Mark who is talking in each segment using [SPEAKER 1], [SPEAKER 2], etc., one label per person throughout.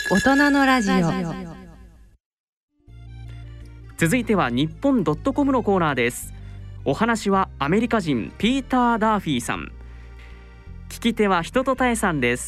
[SPEAKER 1] 大人のラジオ。
[SPEAKER 2] 続いては日本 .com のコーナーです。お話はアメリカ人ピーター・ダーフィーさん、聞き手は人とたえさんです。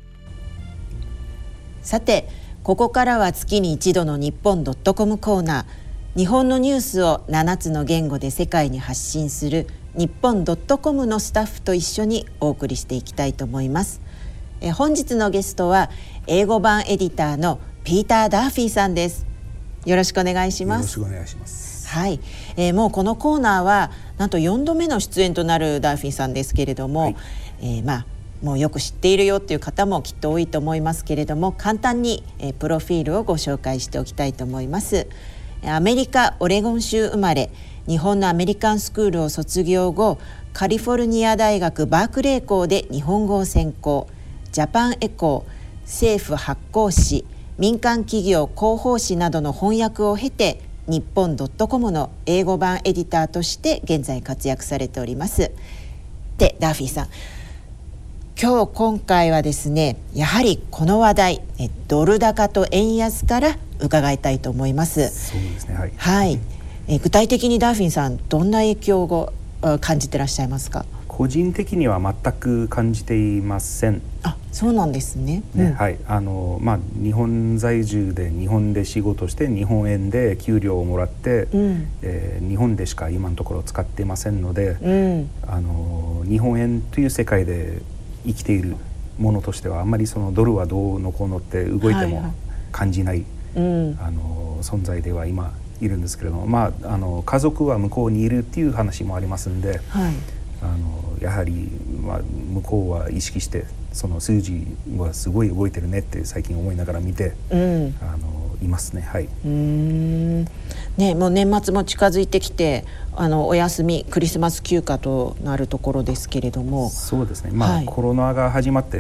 [SPEAKER 3] さて、ここからは月に一度の日本 .com コーナー、日本のニュースを7つの言語で世界に発信する日本 .com のスタッフと一緒にお送りしていきたいと思います。本日のゲストは英語版エディターのピーター・ダーフィーさんです。よろしくお願いします。
[SPEAKER 4] よろしくお願いします。
[SPEAKER 3] はい、もうこのコーナーはなんと4度目の出演となるダーフィーさんですけれども、はい、もうよく知っているよっていう方もきっと多いと思いますけれども、簡単に、プロフィールをご紹介しておきたいと思います。アメリカオレゴン州生まれ、日本のアメリカンスクールを卒業後、カリフォルニア大学バークレー校で日本語を専攻、ジャパンエコー、政府発行誌、民間企業広報誌などの翻訳を経て、日本 .com の英語版エディターとして現在活躍されております。で、ダーフィーさん、今回はですね、やはりこの話題、ドル高と円安から伺いたいと思います。
[SPEAKER 4] そうですね、はい、
[SPEAKER 3] はい。具体的にダーフィーさん、どんな影響を感じてらっしゃいますか？
[SPEAKER 4] 個人的には全く感じていません。
[SPEAKER 3] あ、そうなんですね。
[SPEAKER 4] はい、日本在住で日本で仕事して日本円で給料をもらって、日本でしか今のところ使っていませんので、日本円という世界で生きているものとしてはあんまりそのドルはどうのこうのって動いても感じない、存在では今いるんですけれども、家族は向こうにいるっていう話もありますんで、やはり、向こうは意識してその数字はすごい動いてるねって最近思いながら見て、いますね。はい。
[SPEAKER 3] ね、もう年末も近づいてきて、お休みクリスマス休暇となるところですけれども、
[SPEAKER 4] そうですね、コロナが始まって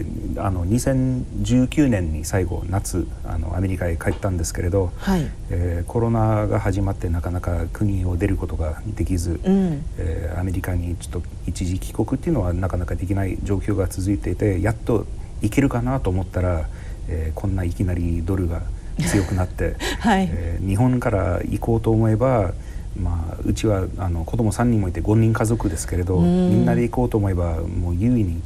[SPEAKER 4] 2019年に最後夏アメリカへ帰ったんですけれど、コロナが始まってなかなか国を出ることができず、アメリカにちょっと一時帰国っていうのはなかなかできない状況が続いていて、やっと行けるかなと思ったら、こんないきなりドルが強くなって、日本から行こうと思えば、うちは子供3人もいて5人家族ですけれど、みんなで行こうと思えばもう優位に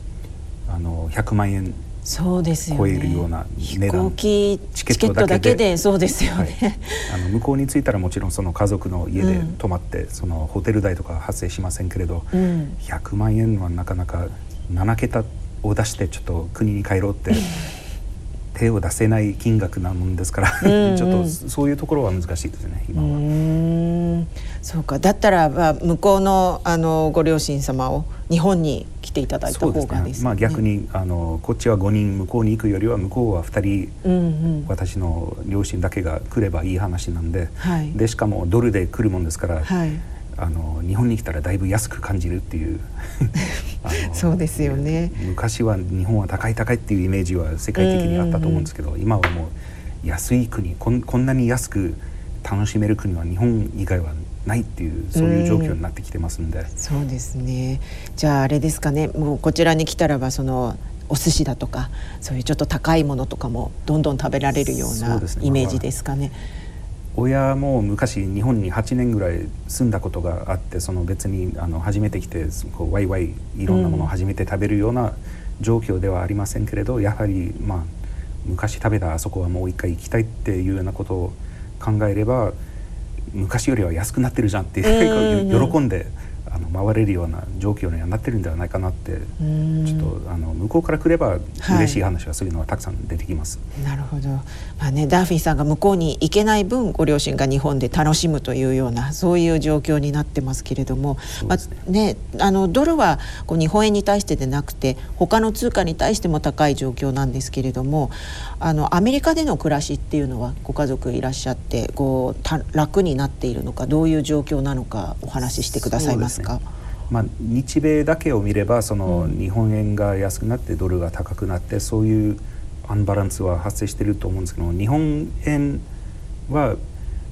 [SPEAKER 4] 100万円超えるような値段、
[SPEAKER 3] 飛行機チケットだけでそうですよね。
[SPEAKER 4] 向こうに着いたらもちろんその家族の家で泊まって、そのホテル代とか発生しませんけれど、100万円はなかなか7桁を出してちょっと国に帰ろうって手を出せない金額なもんですからちょっとそういうところは難しいですね、今は。
[SPEAKER 3] そうか、だったら向こうのご両親様を日本に来ていただいた方がですね。
[SPEAKER 4] 逆にこっちは5人向こうに行くよりは向こうは2人、私の両親だけが来ればいい話なんで、でしかもドルで来るもんですから、日本に来たらだいぶ安く感じるっていう
[SPEAKER 3] そうですよね。
[SPEAKER 4] 昔は日本は高いっていうイメージは世界的にあったと思うんですけど、今はもう安い国、こんなに安く楽しめる国は日本以外はないっていう、そういう状況になってきてますんで。
[SPEAKER 3] そうですね。じゃああれですかね、もうこちらに来たらばそのお寿司だとかそういうちょっと高いものとかもどんどん食べられるようなイメージですかね。
[SPEAKER 4] 親も昔日本に8年ぐらい住んだことがあって、その別に初めて来てワイワイいろんなものを初めて食べるような状況ではありませんけれど、やはり昔食べたあそこはもう一回行きたいっていうようなことを考えれば、昔よりは安くなってるじゃんって喜んで回れるような状況にはなってるんではないかなって、ちょっと向こうから来れば嬉しい話はそういうのはたくさん出てきます。
[SPEAKER 3] なるほど。ダーフィーさんが向こうに行けない分、ご両親が日本で楽しむというようなそういう状況になってますけれども、ドルは日本円に対してでなくて他の通貨に対しても高い状況なんですけれども、アメリカでの暮らしっていうのはご家族いらっしゃって楽になっているのか、どういう状況なのかお話ししてくださいますか？
[SPEAKER 4] 日米だけを見ればその日本円が安くなってドルが高くなって、そういうアンバランスは発生していると思うんですけど、日本円は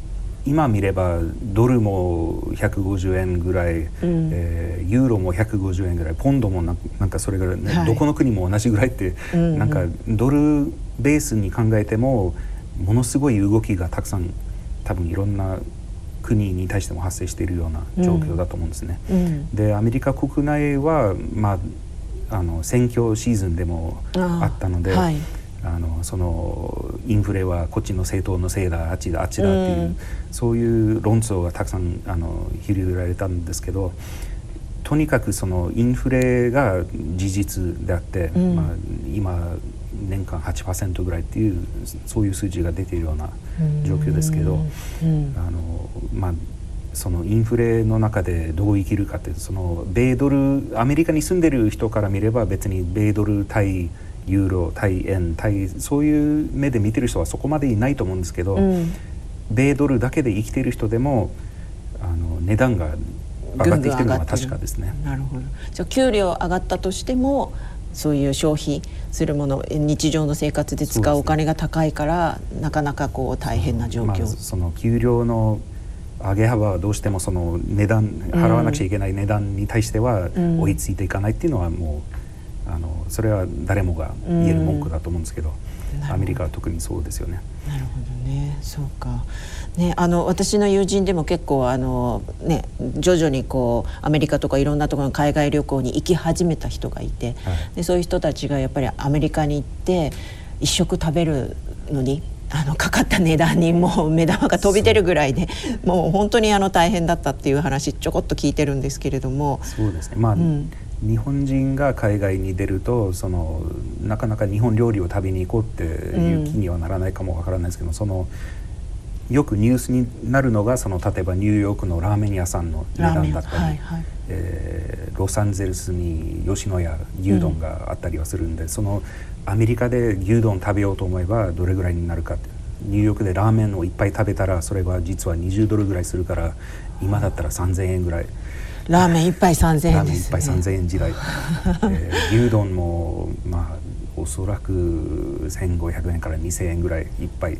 [SPEAKER 4] 今見ればドルも150円ぐらい、ユーロも150円ぐらい、ポンドもなんかそれぐらい、ね、はい、どこの国も同じぐらいって、なんかドルベースに考えてもものすごい動きがたくさん多分いろんな国に対しても発生しているような状況だと思うんですね。でアメリカ国内は、選挙シーズンでもあったので、はい、そのインフレはこっちの政党のせいだ、あっちだっていう、そういう論争がたくさん広げられたんですけど、とにかくそのインフレが事実であって、今年間 8% ぐらいっていうそういう数字が出ているような状況ですけど、そのインフレの中でどう生きるかって、その米ドル、アメリカに住んでる人から見れば別に米ドル対ユーロ対円対そういう目で見てる人はそこまでいないと思うんですけど、米ドルだけで生きている人でも値段が上がってきてるのは確かですね。
[SPEAKER 3] なるほど。じゃあ給料上がったとしてもそういう消費するもの、日常の生活で使うお金が高いから、なかなかこう大変な状況。
[SPEAKER 4] その給料の上げ幅はどうしてもその値段、払わなくちゃいけない値段に対しては追いついていかないっていうのはもうそれは誰もが言える文句だと思うんですけど、アメリカは特にそうですよね。
[SPEAKER 3] なるほどね。そうかね、私の友人でも結構徐々にこうアメリカとかいろんなところの海外旅行に行き始めた人がいて、でそういう人たちがやっぱりアメリカに行って一食食べるのにかかった値段にもう目玉が飛び出るぐらいで、もう本当に大変だったっていう話ちょこっと聞いてるんですけれども。
[SPEAKER 4] そうですね、日本人が海外に出るとなかなか日本料理を食べに行こうっていう気にはならないかもわからないですけど、よくニュースになるのが例えばニューヨークのラーメン屋さんの値段だったり、ロサンゼルスに吉野家牛丼があったりはするんで、アメリカで牛丼食べようと思えばどれぐらいになるかって、ニューヨークでラーメンをいっぱい食べたらそれは実は20ドルぐらいするから、今だったら3000円ぐらい。
[SPEAKER 3] ラーメン1杯3000円ですね。
[SPEAKER 4] ラーメン1杯3000円時代、牛丼もおそらく1500円から2000円ぐらい1杯。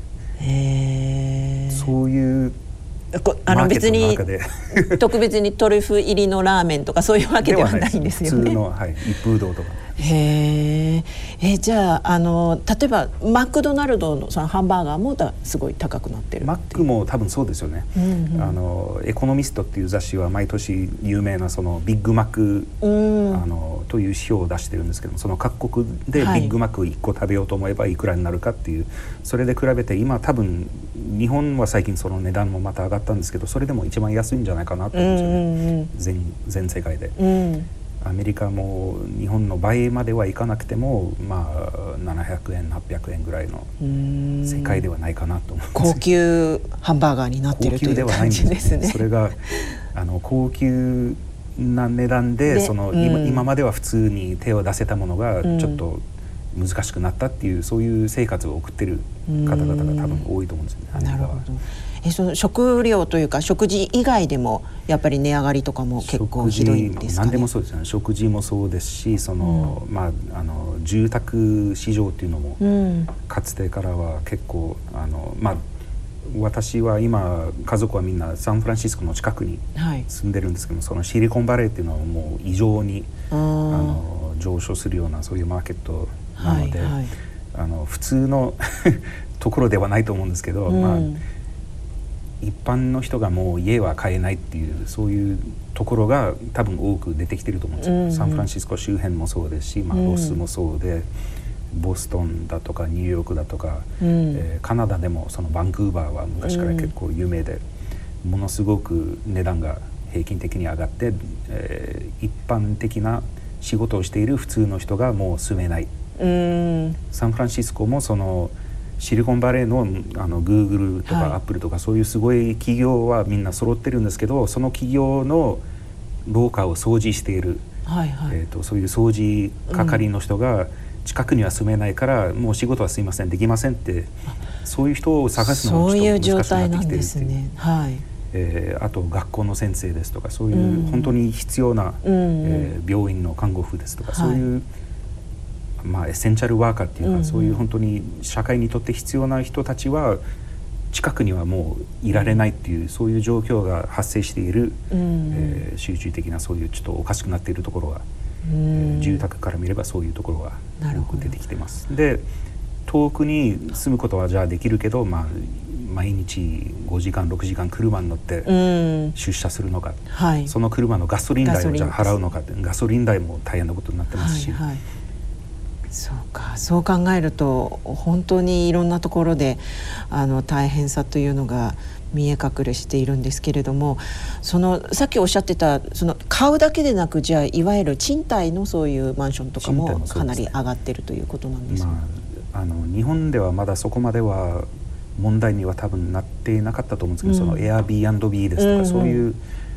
[SPEAKER 4] そういう
[SPEAKER 3] 別に特別にトリュフ入りのラーメンとかそういうわけではないんですよね。
[SPEAKER 4] 普通の、一風堂とか。
[SPEAKER 3] じゃあ例えばマクドナルドのそのハンバーガーもすごい高くなってる。
[SPEAKER 4] マックも多分そうですよね。エコノミストっていう雑誌は毎年有名なそのビッグマック、という指標を出してるんですけども、その各国でビッグマック1個食べようと思えばいくらになるかっていう、それで比べて今多分日本は最近その値段もまた上がったんですけど、それでも一番安いんじゃないかなと思うんですよね、全世界で。アメリカも日本の倍まではいかなくても、700円800円ぐらいの世界ではないかなと思うんです。
[SPEAKER 3] 高級ハンバーガーになっているという感じですね。
[SPEAKER 4] それが高級な値段で今までは普通に手を出せたものがちょっと難しくなったっていう、そういう生活を送ってる方々が多分多いと思うんですよね。
[SPEAKER 3] なるほど。その食料というか食事以外でもやっぱり値上がりとかも結構ひどいんですかね。
[SPEAKER 4] 何でもそうですね。食事もそうですし、住宅市場っていうのも、かつてからは結構私は今家族はみんなサンフランシスコの近くに住んでるんですけども、そのシリコンバレーっていうのはもう異常に上昇するようなそういうマーケットなので、普通のところではないと思うんですけど、一般の人がもう家は買えないっていうそういうところが多分多く出てきてると思うんですよ。サンフランシスコ周辺もそうですし、ロスもそうで、ボストンだとかニューヨークだとか、カナダでもそのバンクーバーは昔から結構有名で、ものすごく値段が平均的に上がって、一般的な仕事をしている普通の人がもう住めない。サンフランシスコもそのシリコンバレーのグーグルとかアップルとかそういうすごい企業はみんな揃ってるんですけど、その企業の廊下を掃除している、そういう掃除係の人が近くには住めないからもう仕事はすいませんできませんって、そういう人を探すのもちょっと難しくなってきてるっていう。あと学校の先生ですとか、そういう本当に必要な、病院の看護婦ですとか、そういうエッセンシャルワーカーっていうか、そういう本当に社会にとって必要な人たちは近くにはもういられないっていうそういう状況が発生している、集中的なそういうちょっとおかしくなっているところが、住宅から見ればそういうところがよく出てきています。で遠くに住むことはじゃあできるけど、毎日5時間6時間車に乗って出社するのか、その車のガソリン代をじゃあ払うのかって、ガソリン代も大変なことになってますし、
[SPEAKER 3] そうか、そう考えると本当にいろんなところで大変さというのが見え隠れしているんですけれども、さっきおっしゃってた買うだけでなく、じゃあいわゆる賃貸のそういうマンションとかもかなり上がってるということなんですか。
[SPEAKER 4] 日本ではまだそこまでは問題には多分なっていなかったと思うんですけど、その Airbnb ですとか、そういう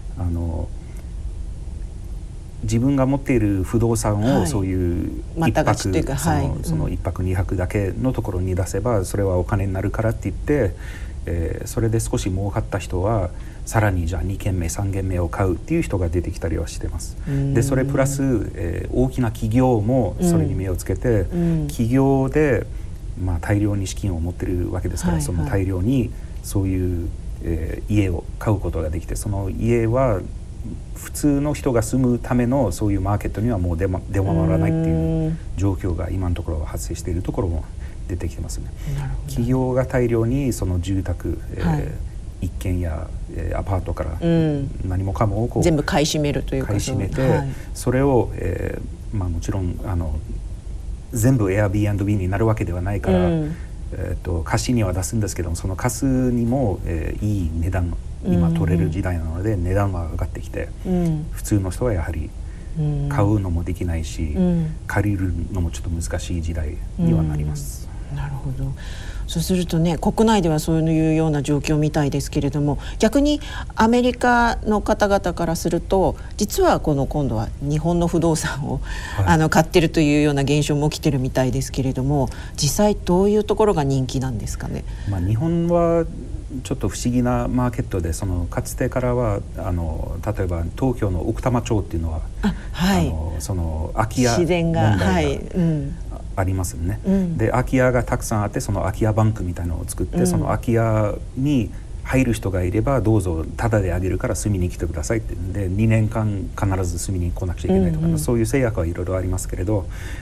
[SPEAKER 4] 自分が持っている不動産をそういう一泊、その一泊二泊だけのところに出せばそれはお金になるからって言って、それで少し儲かった人はさらにじゃあ2軒目3軒目を買うっていう人が出てきたりはしてます。でそれプラス、大きな企業もそれに目をつけて、企業で大量に資金を持ってるわけですから、その大量にそういう、家を買うことができて、その家は普通の人が住むためのそういうマーケットにはもう出回らないっていう状況が今のところは発生しているところも出てきてますね。企業が大量にその住宅、一軒や、アパートから何もかもを
[SPEAKER 3] 全部買い占めるというか、
[SPEAKER 4] 買い占めて、それを、もちろん全部 Airbnb になるわけではないから、貸しには出すんですけども、その貸すにも、いい値段今取れる時代なので値段は上がってきて、普通の人はやはり買うのもできないし、借りるのもちょっと難しい時代にはなります。
[SPEAKER 3] なるほど。そうするとね、国内ではそういうような状況みたいですけれども、逆にアメリカの方々からすると、実は今度は日本の不動産を、買ってるというような現象も起きてるみたいですけれども、実際どういうところが人気なんですかね。
[SPEAKER 4] 日本はちょっと不思議なマーケットで、かつてからは例えば東京の奥多摩町っていうのは、その空き家問題がありますね。で空き家がたくさんあって、その空き家バンクみたいなのを作って、その空き家に入る人がいればどうぞタダであげるから住みに来てくださいって、で2年間必ず住みに来なくちゃいけないとか、そういう制約はいろいろありますけれど、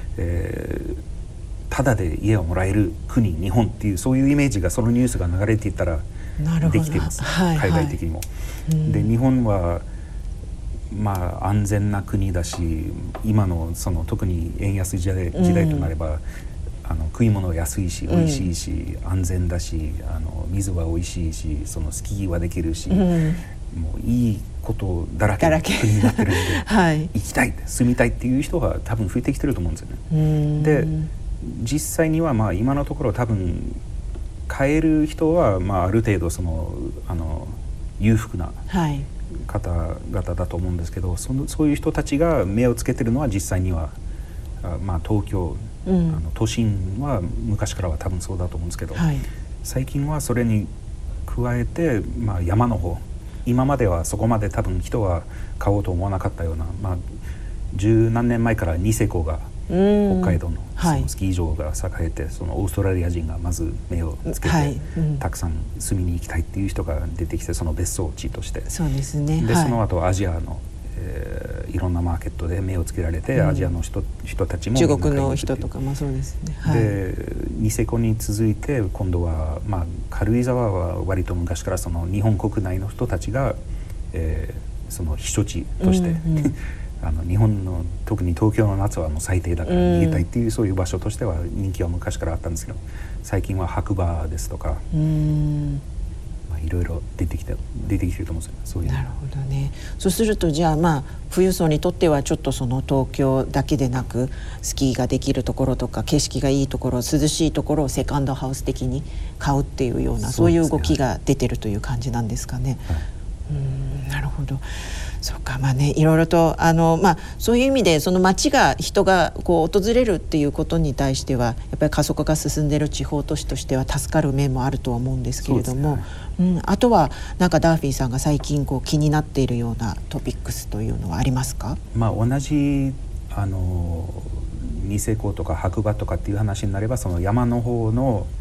[SPEAKER 4] タダで家をもらえる国日本っていう、そういうイメージが、そのニュースが流れていったらできています、海外的にも。で日本は安全な国だし、今の特に円安時代となれば、食い物は安いし美味しいし、安全だし、水は美味しいし、スキーはできるし、もういいことだらけの国になってるんで、行きたい住みたいっていう人が多分増えてきてると思うんですよね。で実際には今のところ多分買える人はある程度裕福な方々だと思うんですけど、そういう人たちが目をつけてるのは実際には東京、都心は昔からは多分そうだと思うんですけど、最近はそれに加えて、山の方、今まではそこまで多分人は買おうと思わなかったような、十何年前からニセコが北海道のスキー場が栄えて、そのオーストラリア人がまず目をつけて、たくさん住みに行きたいっていう人が出てきて、その別荘地として、
[SPEAKER 3] そうですね。
[SPEAKER 4] でその後アジアの、いろんなマーケットで目をつけられて、アジアの人たちも
[SPEAKER 3] 中国の人とかもそうですね。
[SPEAKER 4] でニセコに続いて今度は、軽井沢は割と昔からその日本国内の人たちが、その避暑地として、日本の特に東京の夏はもう最低だから逃げたいっていう、そういう場所としては人気は昔からあったんですけど、最近は白馬ですとか、いろいろ出てきてると思うんですよね。そういう。
[SPEAKER 3] なるほどね。そうするとじゃあ富裕層にとってはちょっとその東京だけでなく、スキーができるところとか景色がいいところ、涼しいところをセカンドハウス的に買うっていうような、そういう動きが出てるという感じなんですかね。なるほど。そうか、いろいろとそういう意味で、その街が人が訪れるっていうことに対しては、やっぱり過疎化が進んでいる地方都市としては助かる面もあるとは思うんですけれども、あとはダーフィーさんが最近気になっているようなトピックスというのはありますか？
[SPEAKER 4] 同じニセコとか白馬とかっていう話になれば、その山の方の、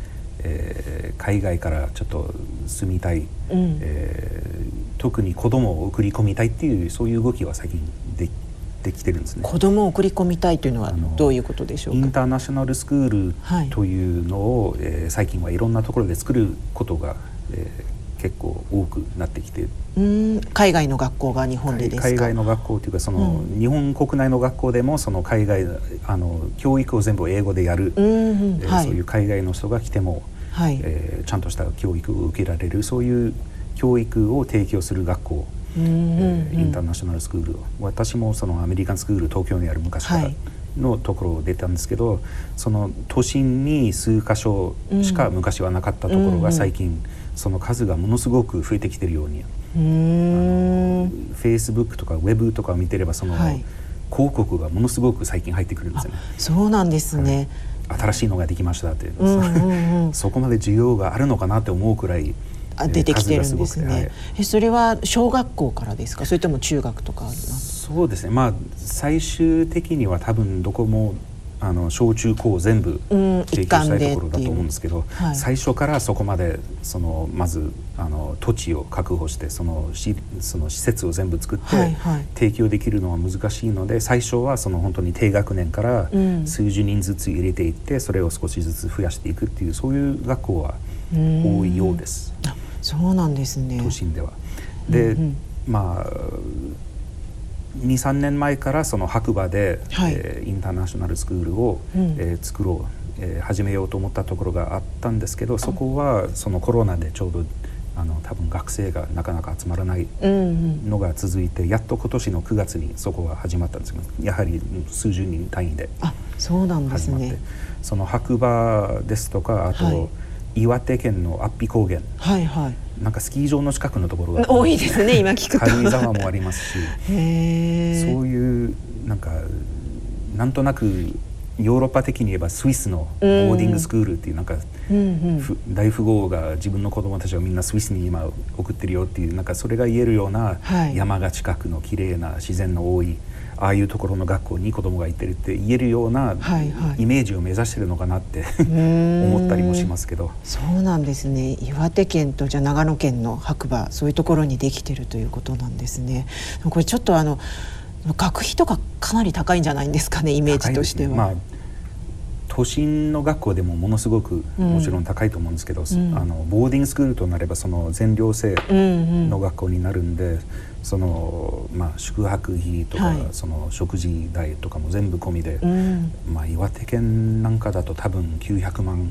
[SPEAKER 4] 海外からちょっと住みたい、特に子供を送り込みたいっていうそういう動きは最近できてるんですね。
[SPEAKER 3] 子供を送り込みたいというのはどういうことでしょうか。
[SPEAKER 4] インターナショナルスクールというのを、最近はいろんなところで作ることが、結構多くなってきて、
[SPEAKER 3] 海外の学校が日本でですか。
[SPEAKER 4] 海外の学校というか日本国内の学校でもその海外教育を全部英語でやる、そういう海外の人が来ても、ちゃんとした教育を受けられるそういう教育を提供する学校、インターナショナルスクール、私もそのアメリカンスクール東京にある昔からのところを出たんですけど、その都心に数カ所しか昔はなかったところが最近その数がものすごく増えてきているように、Facebook とか Web とかを見てればその、広告がものすごく最近入ってくるんですよね。
[SPEAKER 3] そうなんですね。
[SPEAKER 4] 新しいのができましたって、そこまで需要があるのかなって思うくらい
[SPEAKER 3] 出てきてるんですね。それは小学校からですか、それとも中学とかあります？
[SPEAKER 4] そうですね、まあ最終的には多分どこも小中高全部提供したいところだと思うんですけど、最初からそこまでまず土地を確保してその施設を全部作って提供できるのは難しいので、最初は本当に低学年から数十人ずつ入れていってそれを少しずつ増やしていくっていうそういう学校は多いようです。
[SPEAKER 3] そうなんですね。
[SPEAKER 4] 都心では。で、まあ2、3年前からその白馬で、インターナショナルスクールを、作ろう、始めようと思ったところがあったんですけど、そこはそのコロナでちょうど多分学生がなかなか集まらないのが続いて、やっと今年の9月にそこが始まったんですけど、やはり数十人単位で
[SPEAKER 3] そうなんですね。
[SPEAKER 4] その白馬ですとか、あと、岩手県の安比高原、なんかスキー場の近くのところが
[SPEAKER 3] 多いですね今聞くと。
[SPEAKER 4] 軽井沢もありますしそういうなんとなくヨーロッパ的に言えばスイスのボーディングスクールっていう大富豪が自分の子供たちをみんなスイスに今送ってるよっていうそれが言えるような、山が近くの綺麗な自然の多いああいうところの学校に子供が行ってるって言えるようなイメージを目指してるのかなって思ったりもしますけど。
[SPEAKER 3] そうなんですね。岩手県とじゃあ長野県の白馬、そういうところにできてるということなんですね。これちょっと学費とかかなり高いんじゃないんですかね、イメージとしては。
[SPEAKER 4] 都心の学校でもものすごくもちろん高いと思うんですけど、ボーディングスクールとなればその全寮制の学校になるんで、宿泊費とか、その食事代とかも全部込みで、岩手県なんかだと多分900万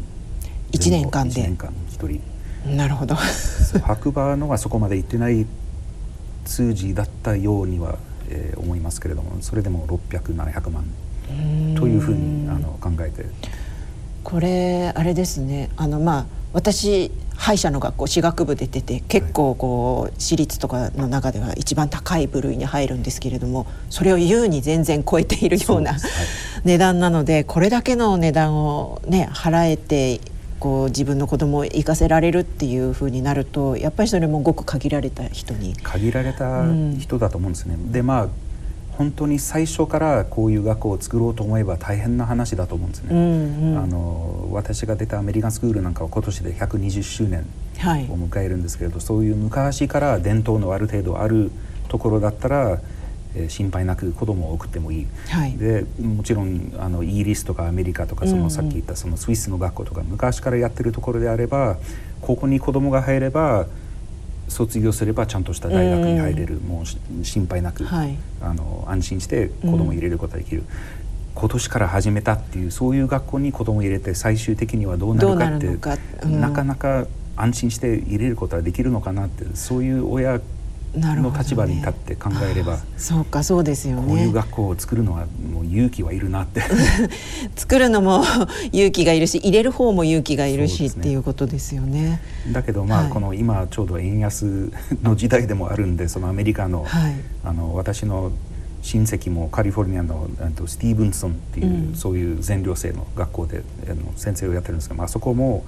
[SPEAKER 3] 1年間で
[SPEAKER 4] 1人。
[SPEAKER 3] なるほど。
[SPEAKER 4] 白馬のはそこまで行ってない数字だったようには、思いますけれども、それでも600、700万というふうに考えて、
[SPEAKER 3] これあれですね、私歯医者の学校歯学部で出て結構私立とかの中では一番高い部類に入るんですけれども、それを優に全然超えているような値段なので、これだけの値段をね払えて自分の子供を行かせられるっていう風になると、やっぱりそれもごく限られた人
[SPEAKER 4] だと思うんですね。で本当に最初からこういう学校を作ろうと思えば大変な話だと思うんですね。私が出たアメリカンスクールなんかは今年で120周年を迎えるんですけれど、そういう昔から伝統のある程度あるところだったら、心配なく子供を送ってもいい、でもちろんイギリスとかアメリカとかさっき言ったそのスイスの学校とか昔からやってるところであれば、ここに子供が入れば卒業すればちゃんとした大学に入れる、もう心配なく、安心して子供を入れることができる、今年から始めたっていうそういう学校に子供を入れて最終的にはどうなるかって、なかなか安心して入れることはできるのかなって、そういう親の立場に立って考えれば、
[SPEAKER 3] そうですよね。
[SPEAKER 4] こういう学校を作るのはもう勇気はいるなって
[SPEAKER 3] 作るのも勇気がいるし、入れる方も勇気がいるし、っていうことですよね。
[SPEAKER 4] だけどこの今ちょうど円安の時代でもあるんで、そのアメリカの、私の親戚もカリフォルニアのスティーブンソンっていう、そういう全寮制の学校で先生をやってるんですけど、あそこも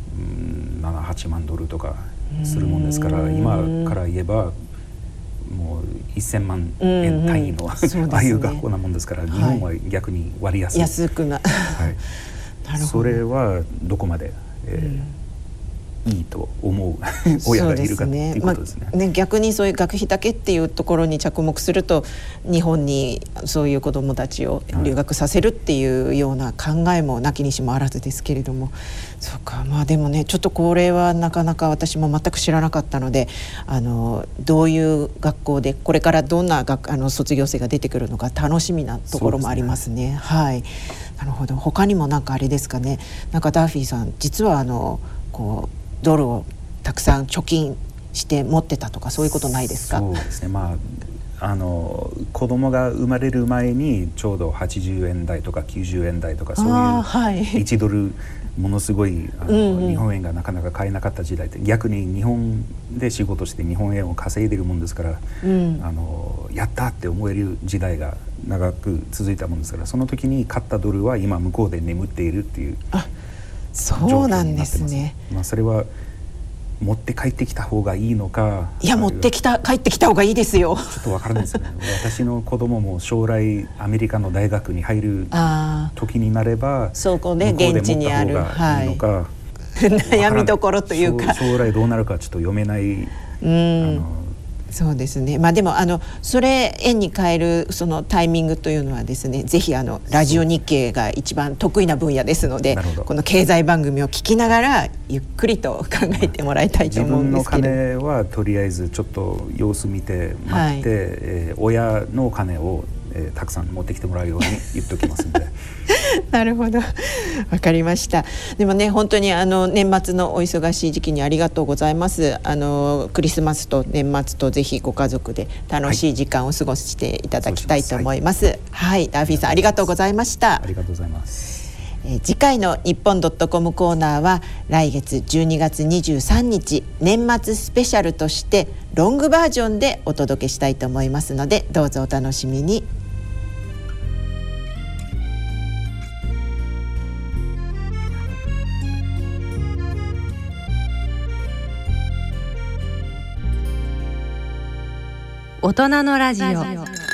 [SPEAKER 4] 7、8万ドルとかするもんですから、今から言えばもう1000万円単位の、ああいう学校なもんですから、日本は逆に割安、
[SPEAKER 3] 安くな、
[SPEAKER 4] それはどこまでいいと思う親がいるかっていうことですね。
[SPEAKER 3] 逆にそういう学費だけっていうところに着目すると、日本にそういう子どもたちを留学させるっていうような考えもなきにしもあらずですけれども、そうか、でもね、ちょっとこれはなかなか私も全く知らなかったので、どういう学校でこれからどんな卒業生が出てくるのか楽しみなところもありますね。はい、なるほど。他にもなんかあれですかね、なんかダーフィーさん実はこうドルをたくさん貯金して持ってたとか、そういうことないですか？
[SPEAKER 4] そうですね、子供が生まれる前にちょうど80円台とか90円台とか、そういう1ドルものすごい日本円がなかなか買えなかった時代で、逆に日本で仕事して日本円を稼いでるもんですから、やったって思える時代が長く続いたもんですから、その時に買ったドルは今向こうで眠っているっていう
[SPEAKER 3] そうなんですね。
[SPEAKER 4] それは持って帰ってきた方がいいのか、
[SPEAKER 3] いや、帰ってきた方がいいですよ。
[SPEAKER 4] ちょっと分からないですよね。私の子供も将来アメリカの大学に入る時になれば、
[SPEAKER 3] そこで現地にある
[SPEAKER 4] いいのか、
[SPEAKER 3] 悩みどころというか、
[SPEAKER 4] 将来どうなるかちょっと読めない。
[SPEAKER 3] そうですね。でもそれ円に変えるそのタイミングというのはですね、ぜひラジオ日経が一番得意な分野ですので、この経済番組を聞きながらゆっくりと考えてもらいたいと思うんですけど、
[SPEAKER 4] 自分の金はとりあえずちょっと様子見て待って、親の金をたくさん持ってきてもらうように言っておきますので
[SPEAKER 3] なるほど、わかりました。でもね、本当に年末のお忙しい時期にありがとうございます。クリスマスと年末とぜひご家族で楽しい時間を過ごしていただきたいと思います。はい、ダーフィーさんありがとうございました。
[SPEAKER 4] ありがとうございます。
[SPEAKER 3] 次回の日本.comコーナーは来月12月23日年末スペシャルとしてロングバージョンでお届けしたいと思いますので、どうぞお楽しみに。
[SPEAKER 1] 大人のラジオ。